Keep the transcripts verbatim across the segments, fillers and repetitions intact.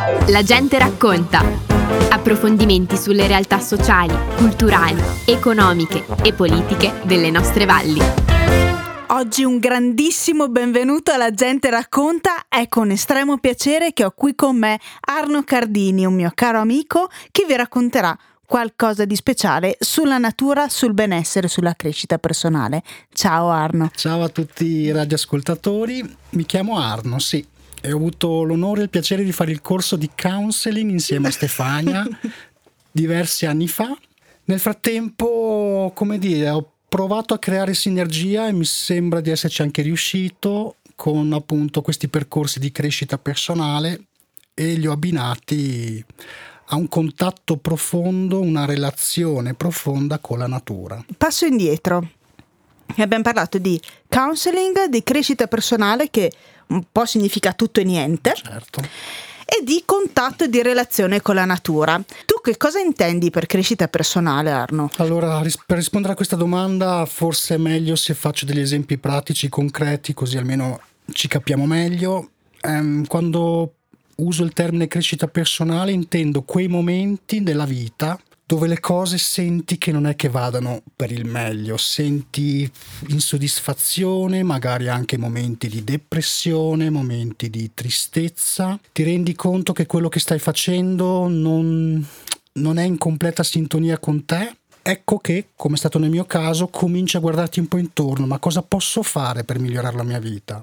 La gente racconta. Approfondimenti sulle realtà sociali, culturali, economiche e politiche delle nostre valli. Oggi un grandissimo benvenuto alla Gente Racconta. È con estremo piacere che ho qui con me Arno Cardini, un mio caro amico, che vi racconterà qualcosa di speciale sulla natura, sul benessere, sulla crescita personale. Ciao Arno. Ciao a tutti i radioascoltatori, mi chiamo Arno, sì, e ho avuto l'onore e il piacere di fare il corso di counseling insieme a Stefania diversi anni fa. Nel frattempo, come dire, ho provato a creare sinergia e mi sembra di esserci anche riuscito con appunto questi percorsi di crescita personale e li ho abbinati a un contatto profondo, una relazione profonda con la natura. Passo indietro. Abbiamo parlato di counseling, di crescita personale, che un po' significa tutto e niente. Certo. E di contatto e di relazione con la natura. Tu che cosa intendi per crescita personale, Arno? Allora, ris- per rispondere a questa domanda forse è meglio se faccio degli esempi pratici, concreti, così almeno ci capiamo meglio. Ehm, quando uso il termine crescita personale intendo quei momenti della vita dove le cose senti che non è che vadano per il meglio, senti insoddisfazione, magari anche momenti di depressione, momenti di tristezza, ti rendi conto che quello che stai facendo non, non è in completa sintonia con te. Ecco che, come è stato nel mio caso, cominci a guardarti un po' intorno, ma cosa posso fare per migliorare la mia vita?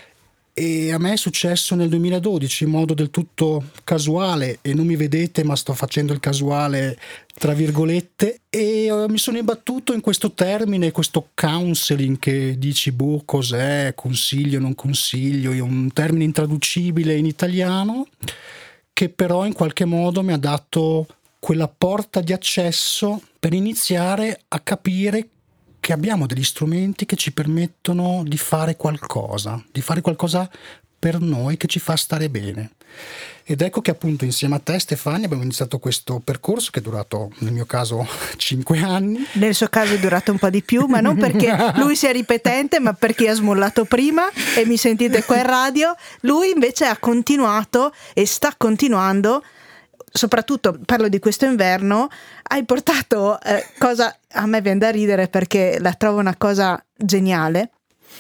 E a me è successo nel duemiladodici in modo del tutto casuale, e non mi vedete ma sto facendo il casuale tra virgolette, e uh, mi sono imbattuto in questo termine, questo counseling che dici boh cos'è, consiglio, non consiglio, è un termine intraducibile in italiano che però in qualche modo mi ha dato quella porta di accesso per iniziare a capire che abbiamo degli strumenti che ci permettono di fare qualcosa, di fare qualcosa per noi che ci fa stare bene. Ed ecco che appunto insieme a te, Stefania, abbiamo iniziato questo percorso che è durato, nel mio caso, cinque anni. Nel suo caso è durato un po' di più, ma non perché lui sia ripetente, ma perché ha smollato prima e mi sentite qua in radio. Lui invece ha continuato e sta continuando. Soprattutto parlo di questo inverno, hai portato eh, cosa a me viene da ridere perché la trovo una cosa geniale,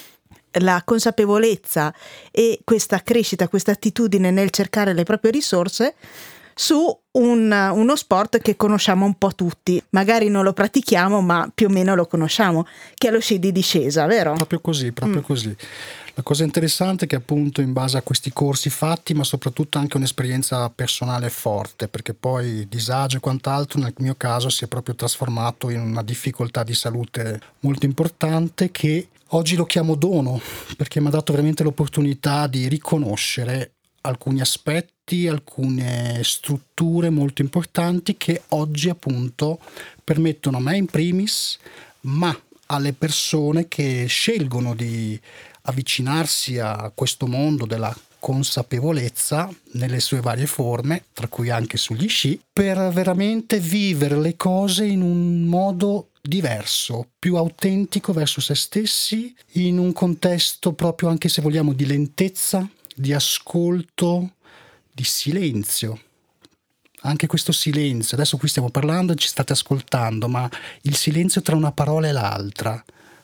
la consapevolezza e questa crescita, questa attitudine nel cercare le proprie risorse su un, uno sport che conosciamo un po' tutti, magari non lo pratichiamo ma più o meno lo conosciamo, che è lo sci di discesa, vero? Proprio così, proprio mm. così. La cosa interessante è che appunto in base a questi corsi fatti, ma soprattutto anche un'esperienza personale forte, perché poi disagio e quant'altro nel mio caso si è proprio trasformato in una difficoltà di salute molto importante che oggi lo chiamo dono, perché mi ha dato veramente l'opportunità di riconoscere alcuni aspetti, alcune strutture molto importanti che oggi appunto permettono a me in primis, ma alle persone che scelgono di avvicinarsi a questo mondo della consapevolezza nelle sue varie forme, tra cui anche sugli sci, per veramente vivere le cose in un modo diverso, più autentico verso se stessi, in un contesto proprio, anche se vogliamo, di lentezza, di ascolto, di silenzio. Anche questo silenzio, adesso qui stiamo parlando e ci state ascoltando, ma il silenzio tra una parola e l'altra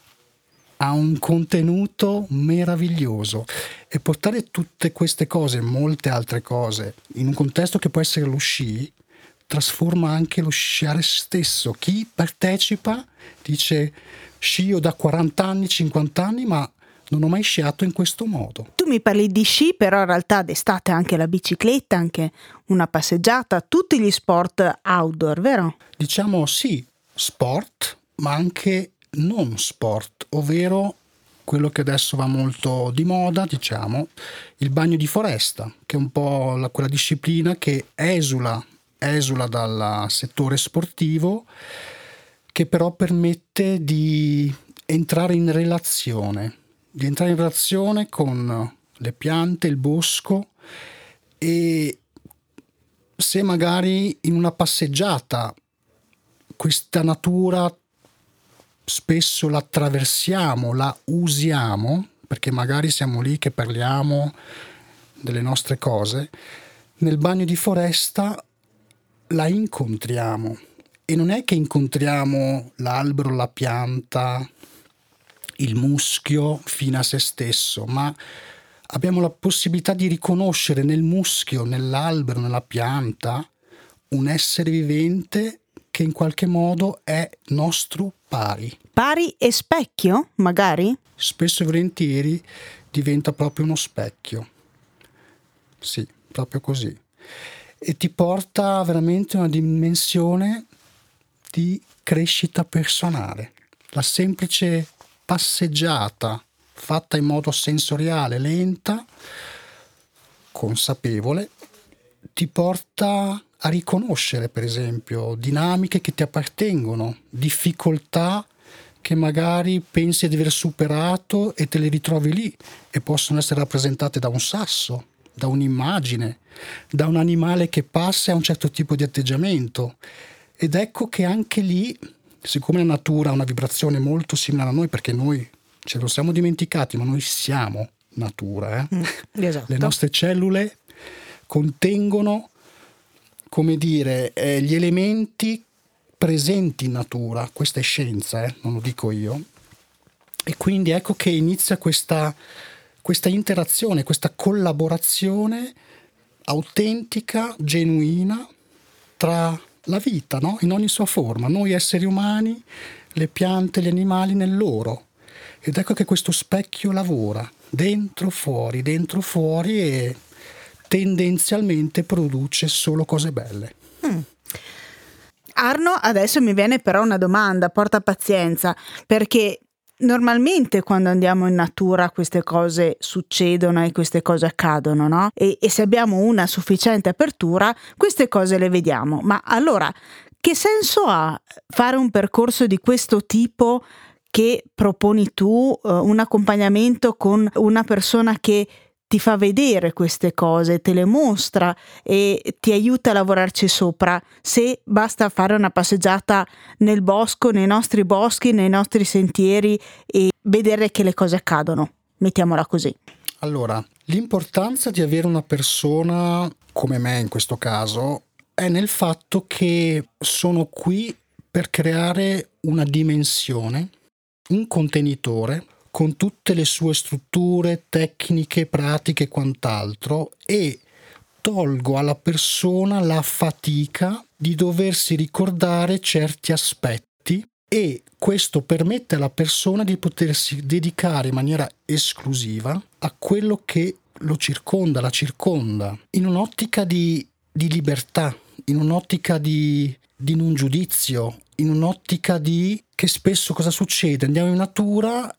ha un contenuto meraviglioso, e portare tutte queste cose e molte altre cose in un contesto che può essere lo sci trasforma anche lo sciare stesso. Chi partecipa dice scio da quaranta anni, cinquanta anni, ma non ho mai sciato in questo modo. Tu mi parli di sci, però in realtà d'estate anche la bicicletta, anche una passeggiata, tutti gli sport outdoor, vero? Diciamo sì, sport, ma anche non sport, ovvero quello che adesso va molto di moda, diciamo, il bagno di foresta, che è un po' la, quella disciplina che esula, esula dal settore sportivo, che però permette di entrare in relazione, di entrare in relazione con le piante, il bosco, e se magari in una passeggiata questa natura spesso la attraversiamo, la usiamo, perché magari siamo lì che parliamo delle nostre cose, nel bagno di foresta la incontriamo, e non è che incontriamo l'albero, la pianta, il muschio fino a se stesso, ma abbiamo la possibilità di riconoscere nel muschio, nell'albero, nella pianta, un essere vivente che in qualche modo è nostro pari. Pari e specchio, magari? Spesso e volentieri diventa proprio uno specchio. Sì, proprio così. E ti porta veramente a una dimensione di crescita personale. La semplice passeggiata fatta in modo sensoriale, lenta, consapevole, ti porta a riconoscere, per esempio, dinamiche che ti appartengono, difficoltà che magari pensi di aver superato e te le ritrovi lì, e possono essere rappresentate da un sasso, da un'immagine, da un animale che passa e ha un certo tipo di atteggiamento. Ed ecco che anche lì, siccome la natura ha una vibrazione molto simile a noi, perché noi ce lo siamo dimenticati, ma noi siamo natura, eh? Mm, esatto. Le nostre cellule contengono, come dire, eh, gli elementi presenti in natura. Questa è scienza, eh? Non lo dico io. E quindi ecco che inizia questa, questa interazione, questa collaborazione autentica, genuina tra la vita, no? In ogni sua forma, noi esseri umani, le piante, gli animali nel loro. Ed ecco che questo specchio lavora dentro, fuori, dentro, fuori, e tendenzialmente produce solo cose belle. Mm. Arno, adesso mi viene però una domanda, porta pazienza, perché normalmente quando andiamo in natura queste cose succedono e queste cose accadono, no? E, e se abbiamo una sufficiente apertura, queste cose le vediamo. Ma allora, che senso ha fare un percorso di questo tipo che proponi tu, uh, un accompagnamento con una persona che ti fa vedere queste cose, te le mostra e ti aiuta a lavorarci sopra, se basta fare una passeggiata nel bosco, nei nostri boschi, nei nostri sentieri, e vedere che le cose accadono, mettiamola così. Allora, l'importanza di avere una persona come me in questo caso è nel fatto che sono qui per creare una dimensione, un contenitore con tutte le sue strutture, tecniche, pratiche e quant'altro, e tolgo alla persona la fatica di doversi ricordare certi aspetti, e questo permette alla persona di potersi dedicare in maniera esclusiva a quello che lo circonda, la circonda, in un'ottica di, di libertà, in un'ottica di, di non giudizio, in un'ottica di che spesso cosa succede? Andiamo in natura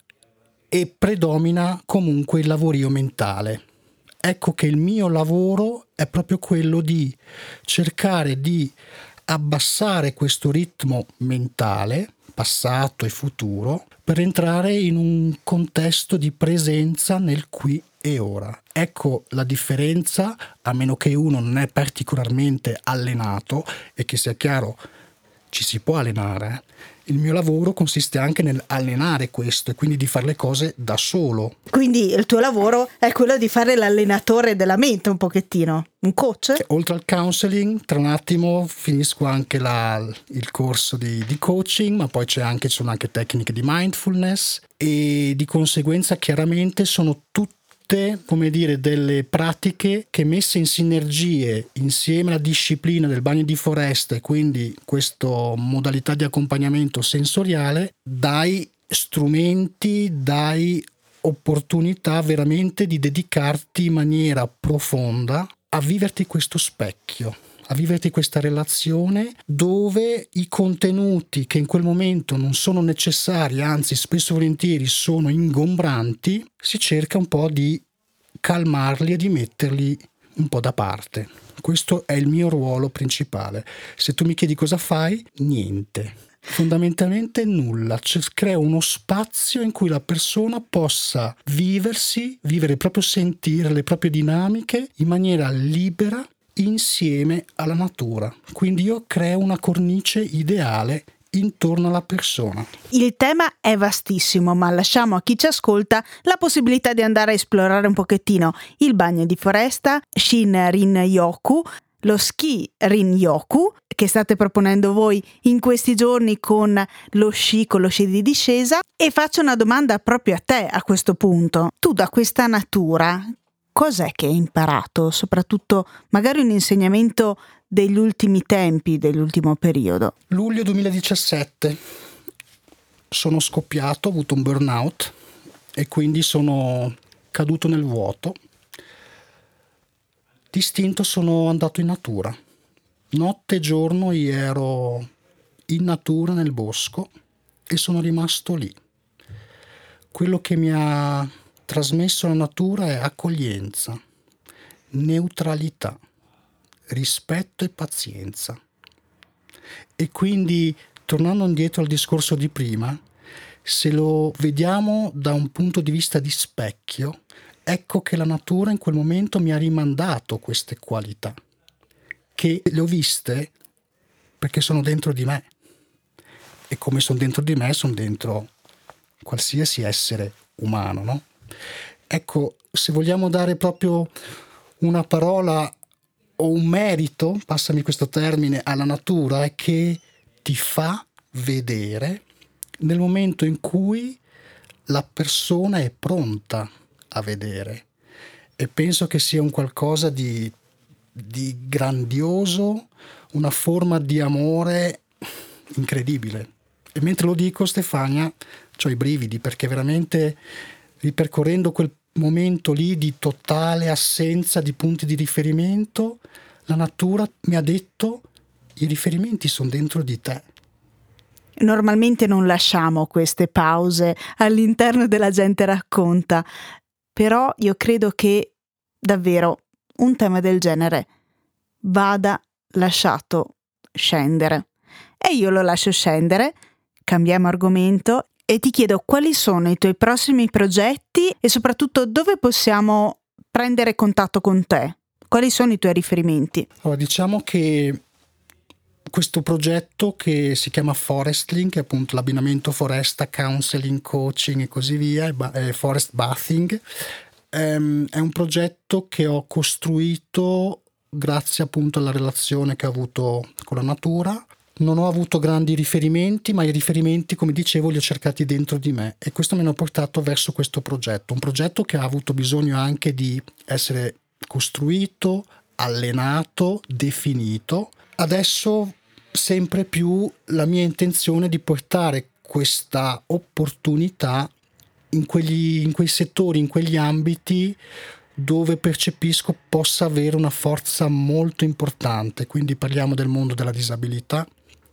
e predomina comunque il lavorio mentale. Ecco che il mio lavoro è proprio quello di cercare di abbassare questo ritmo mentale, passato e futuro, per entrare in un contesto di presenza nel qui e ora. Ecco la differenza, a meno che uno non è particolarmente allenato, e che sia chiaro, ci si può allenare. Il mio lavoro consiste anche nell'allenare questo, e quindi di fare le cose da solo. Quindi il tuo lavoro è quello di fare l'allenatore della mente un pochettino, un coach? Che, oltre al counseling, tra un attimo finisco anche la, il corso di, di coaching, ma poi c'è anche, ci sono anche tecniche di mindfulness, e di conseguenza chiaramente sono tutte, come dire, delle pratiche che, messe in sinergie insieme alla disciplina del bagno di foresta, e quindi questa modalità di accompagnamento sensoriale, dai strumenti, dai opportunità veramente di dedicarti in maniera profonda a viverti questo specchio, a viverti questa relazione dove i contenuti che in quel momento non sono necessari, anzi spesso e volentieri sono ingombranti, si cerca un po' di calmarli e di metterli un po' da parte. Questo è il mio ruolo principale. Se tu mi chiedi cosa fai, niente. Fondamentalmente nulla. Cioè, creo uno spazio in cui la persona possa viversi, vivere il proprio sentire, le proprie dinamiche in maniera libera insieme alla natura. Quindi io creo una cornice ideale intorno alla persona. Il tema è vastissimo, ma lasciamo a chi ci ascolta la possibilità di andare a esplorare un pochettino il bagno di foresta, Shin-Rin-Yoku, lo ski Rin-Yoku, che state proponendo voi in questi giorni con lo sci, con lo sci di discesa. E faccio una domanda proprio a te a questo punto. Tu da questa natura cos'è che hai imparato? Soprattutto magari un insegnamento degli ultimi tempi, dell'ultimo periodo. Luglio duemiladiciassette sono scoppiato, ho avuto un burnout e quindi sono caduto nel vuoto. Distinto sono andato in natura. Notte e giorno io ero in natura nel bosco e sono rimasto lì. Quello che mi ha trasmesso la natura è accoglienza, neutralità, rispetto e pazienza. E quindi, tornando indietro al discorso di prima, se lo vediamo da un punto di vista di specchio, ecco che la natura in quel momento mi ha rimandato queste qualità, che le ho viste perché sono dentro di me. E come sono dentro di me, sono dentro qualsiasi essere umano, no? Ecco, se vogliamo dare proprio una parola o un merito, passami questo termine, alla natura, è che ti fa vedere nel momento in cui la persona è pronta a vedere. E penso che sia un qualcosa di, di grandioso, una forma di amore incredibile. E mentre lo dico, Stefania, c'ho i brividi, perché veramente ripercorrendo quel momento lì di totale assenza di punti di riferimento, la natura mi ha detto: i riferimenti sono dentro di te. Normalmente non lasciamo queste pause all'interno della Gente Racconta, però io credo che davvero un tema del genere vada lasciato scendere. E io lo lascio scendere, cambiamo argomento e ti chiedo quali sono i tuoi prossimi progetti e soprattutto dove possiamo prendere contatto con te. Quali sono i tuoi riferimenti? Allora, diciamo che questo progetto, che si chiama Forestling, che è appunto l'abbinamento foresta, counseling, coaching e così via, è Forest Bathing, ehm, è un progetto che ho costruito grazie appunto alla relazione che ho avuto con la natura. Non ho avuto grandi riferimenti, ma i riferimenti, come dicevo, li ho cercati dentro di me, e questo mi ha portato verso questo progetto, un progetto che ha avuto bisogno anche di essere costruito, allenato, definito. Adesso sempre più la mia intenzione è di portare questa opportunità in quegli, in quei settori, in quegli ambiti dove percepisco possa avere una forza molto importante. Quindi parliamo del mondo della disabilità,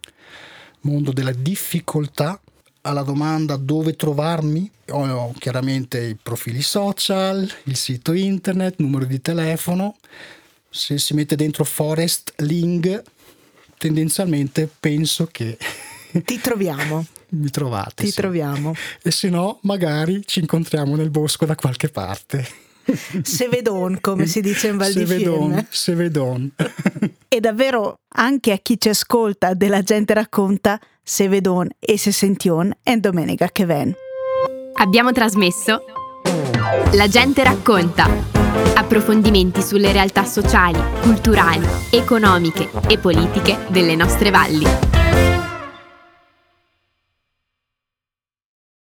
mondo della difficoltà. Alla domanda dove trovarmi, ho chiaramente i profili social, il sito internet, numero di telefono. Se si mette dentro Forestling, tendenzialmente penso che ti troviamo. Mi trovate. Ti sì. troviamo. E se no, magari ci incontriamo nel bosco da qualche parte. Se vedon, come si dice in Val di Se vedon, Fiemme. se vedon. E davvero, anche a chi ci ascolta della Gente Racconta, se vedon e se sention è domenica che ven. Abbiamo trasmesso La Gente Racconta. Approfondimenti sulle realtà sociali, culturali, economiche e politiche delle nostre valli.